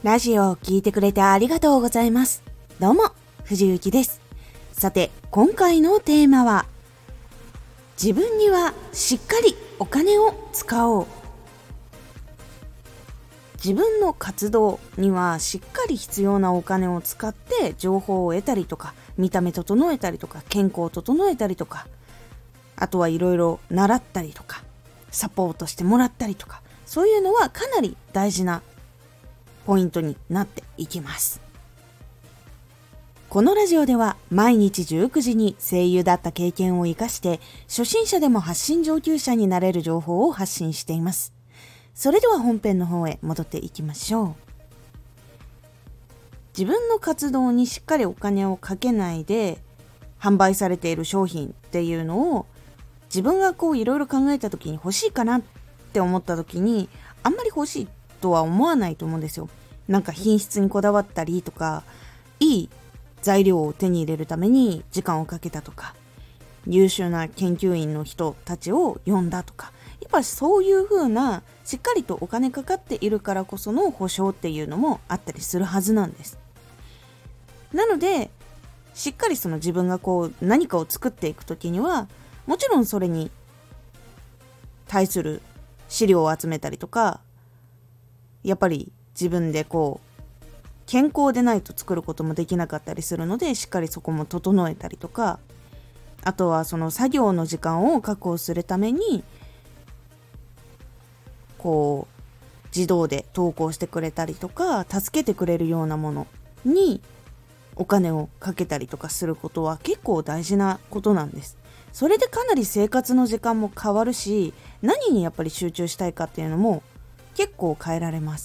ラジオを聞いてくれてありがとうございます。どうも、藤幸です。さて、今回のテーマは、自分にはしっかりお金を使おう。自分の活動にはしっかり必要なお金を使って情報を得たりとか、見た目整えたりとか、健康を整えたりとか、あとはいろいろ習ったりとか、サポートしてもらったりとか、そういうのはかなり大事なポイントになっていきます。このラジオでは毎日19時に声優だった経験を生かして初心者でも発信上級者になれる情報を発信しています。それでは本編の方へ戻っていきましょう。自分の活動にしっかりお金をかけないで販売されている商品っていうのを自分がいろいろ考えた時に欲しいかなって思った時にあんまり欲しいとは思わないと思うんですよ。なんか品質にこだわったりとか、いい材料を手に入れるために時間をかけたとか、優秀な研究員の人たちを呼んだとか、やっぱそういう風なしっかりとお金かかっているからこその保証っていうのもあったりするはずなんです。なのでしっかりその自分が何かを作っていくときには、もちろんそれに対する資料を集めたりとか、やっぱり自分で健康でないと作ることもできなかったりするので、しっかりそこも整えたりとか、あとはその作業の時間を確保するために自動で投稿してくれたりとか、助けてくれるようなものにお金をかけたりとかすることは結構大事なことなんです。それでかなり生活の時間も変わるし、何にやっぱり集中したいかっていうのも結構変えられます。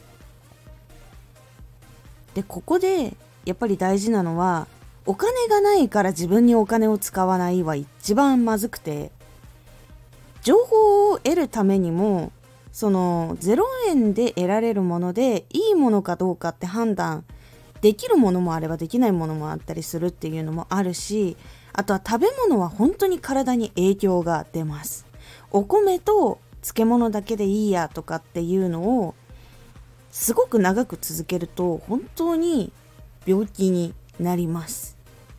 で、ここでやっぱり大事なのは、お金がないから自分にお金を使わないは一番まずくて、情報を得るためにもその0円で得られるものでいいものかどうかって判断できるものもあればできないものもあったりするっていうのもあるし、あとは食べ物は本当に体に影響が出ます。お米と漬物だけでいいやとかっていうのをすごく長く続けると本当に病気になります。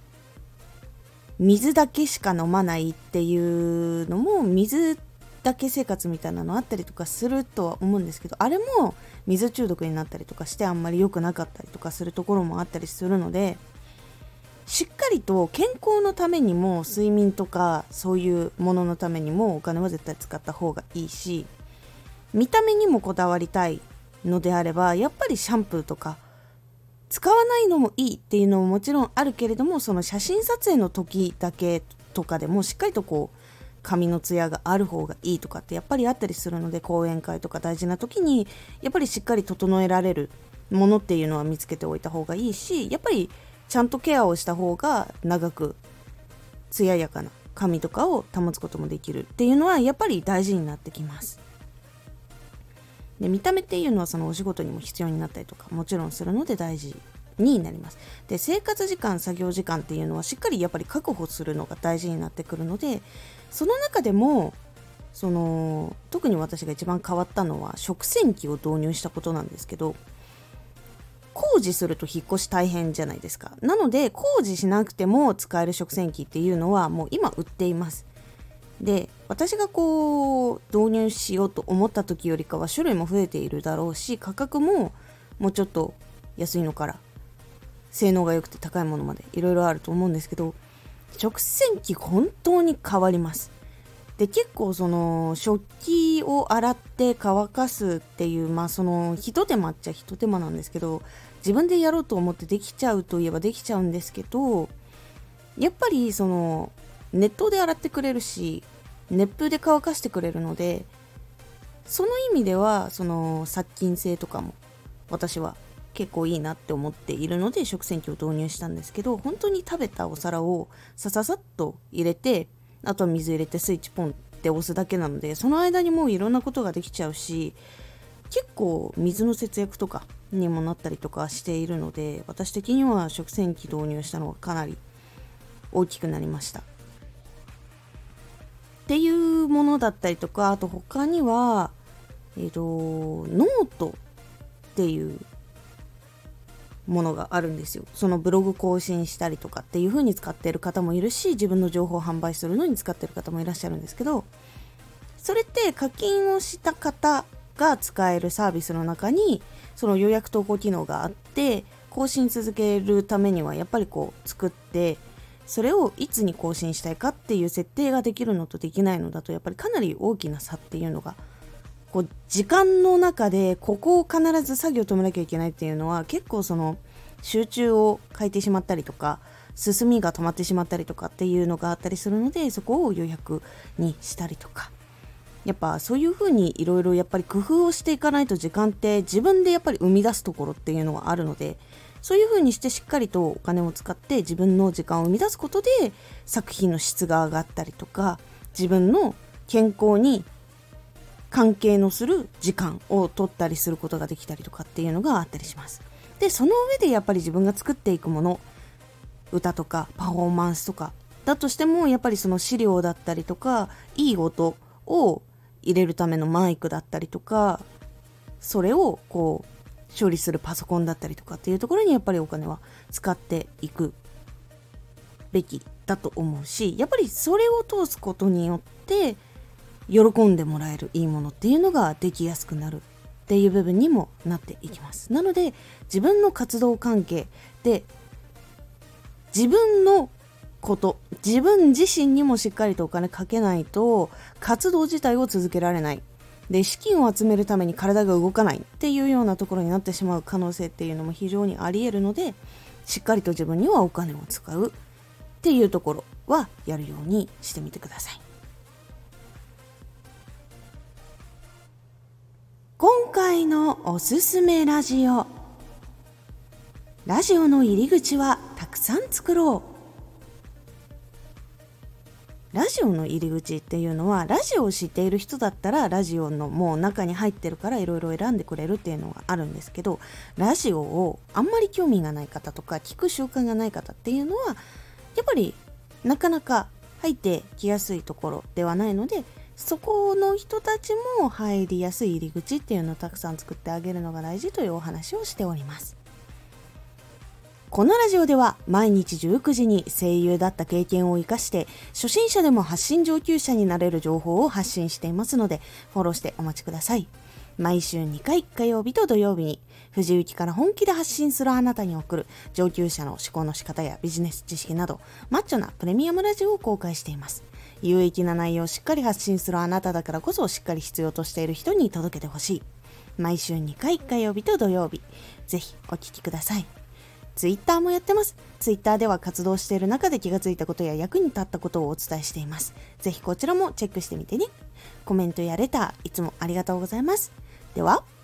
水だけしか飲まないっていうのも、水だけ生活みたいなのあったりとかするとは思うんですけど、あれも水中毒になったりとかしてあんまり良くなかったりとかするところもあったりするので、しっかりと健康のためにも睡眠とかそういうもののためにもお金は絶対使った方がいいし、見た目にもこだわりたいのであればやっぱりシャンプーとか使わないのもいいっていうのももちろんあるけれども、その写真撮影の時だけとかでもしっかりと髪のツヤがある方がいいとかってやっぱりあったりするので、講演会とか大事な時にやっぱりしっかり整えられるものっていうのは見つけておいた方がいいし、やっぱりちゃんとケアをした方が長く艶やかな髪とかを保つこともできるっていうのはやっぱり大事になってきます。で、見た目っていうのはそのお仕事にも必要になったりとかもちろんするので大事になります。で、生活時間、作業時間っていうのはしっかりやっぱり確保するのが大事になってくるので、その中でも特に私が一番変わったのは食洗機を導入したことなんですけど、工事すると引っ越し大変じゃないですか。なので工事しなくても使える食洗機っていうのはもう今売っています。で、私が導入しようと思った時よりかは種類も増えているだろうし、価格ももうちょっと安いのから性能が良くて高いものまでいろいろあると思うんですけど、食洗機本当に変わります。で、結構食器を洗って乾かすっていう、一手間っちゃ一手間なんですけど、自分でやろうと思ってできちゃうといえばできちゃうんですけど、やっぱり熱湯で洗ってくれるし熱風で乾かしてくれるので、その意味では殺菌性とかも私は結構いいなって思っているので食洗機を導入したんですけど、本当に食べたお皿をさささっと入れて、あとは水入れてスイッチポンって押すだけなので、その間にもういろんなことができちゃうし、結構水の節約とかにもなったりとかしているので、私的には食洗機導入したのはかなり大きくなりましたっていうものだったりとか、あと他にはノートっていうものがあるんですよ。そのブログ更新したりとかっていう風に使っている方もいるし、自分の情報を販売するのに使っている方もいらっしゃるんですけど、それって課金をした方が使えるサービスの中にその予約投稿機能があって、更新続けるためにはやっぱり作って、それをいつに更新したいかっていう設定ができるのとできないのだと、やっぱりかなり大きな差っていうのが、時間の中でここを必ず作業止めなきゃいけないっていうのは、結構その集中を欠いてしまったりとか、進みが止まってしまったりとかっていうのがあったりするので、そこを予約にしたりとか、やっぱそういう風にいろいろやっぱり工夫をしていかないと、時間って自分でやっぱり生み出すところっていうのはあるので、そういう風にしてしっかりとお金を使って自分の時間を生み出すことで、作品の質が上がったりとか、自分の健康に関係のする時間を取ったりすることができたりとかっていうのがあったりします。で、その上でやっぱり自分が作っていくもの、歌とかパフォーマンスとかだとしても、やっぱりその資料だったりとか、いい音を入れるためのマイクだったりとか、それを処理するパソコンだったりとかっていうところにやっぱりお金は使っていくべきだと思うし、やっぱりそれを通すことによって喜んでもらえるいいものっていうのができやすくなるっていう部分にもなっていきます。なので、自分の活動関係で自分のこと、自分自身にもしっかりとお金かけないと活動自体を続けられない。で、資金を集めるために体が動かないっていうようなところになってしまう可能性っていうのも非常にあり得るので、しっかりと自分にはお金を使うっていうところはやるようにしてみてください。今回のおすすめラジオ。ラジオの入り口はたくさん作ろう。ラジオの入り口っていうのは、ラジオを知っている人だったらラジオのもう中に入ってるからいろいろ選んでくれるっていうのがあるんですけど、ラジオをあんまり興味がない方とか聞く習慣がない方っていうのは、やっぱりなかなか入ってきやすいところではないので、そこの人たちも入りやすい入り口っていうのをたくさん作ってあげるのが大事というお話をしております。このラジオでは毎日19時に声優だった経験を生かして初心者でも発信上級者になれる情報を発信していますので、フォローしてお待ちください。毎週2回、火曜日と土曜日に藤雪から本気で発信するあなたに送る上級者の思考の仕方やビジネス知識などマッチョなプレミアムラジオを公開しています。有益な内容をしっかり発信するあなただからこそ、しっかり必要としている人に届けてほしい。毎週2回、火曜日と土曜日、ぜひお聞きください。ツイッターもやってます。ツイッターでは活動している中で気がついたことや役に立ったことをお伝えしています。ぜひこちらもチェックしてみてね。コメントやレターいつもありがとうございます。では。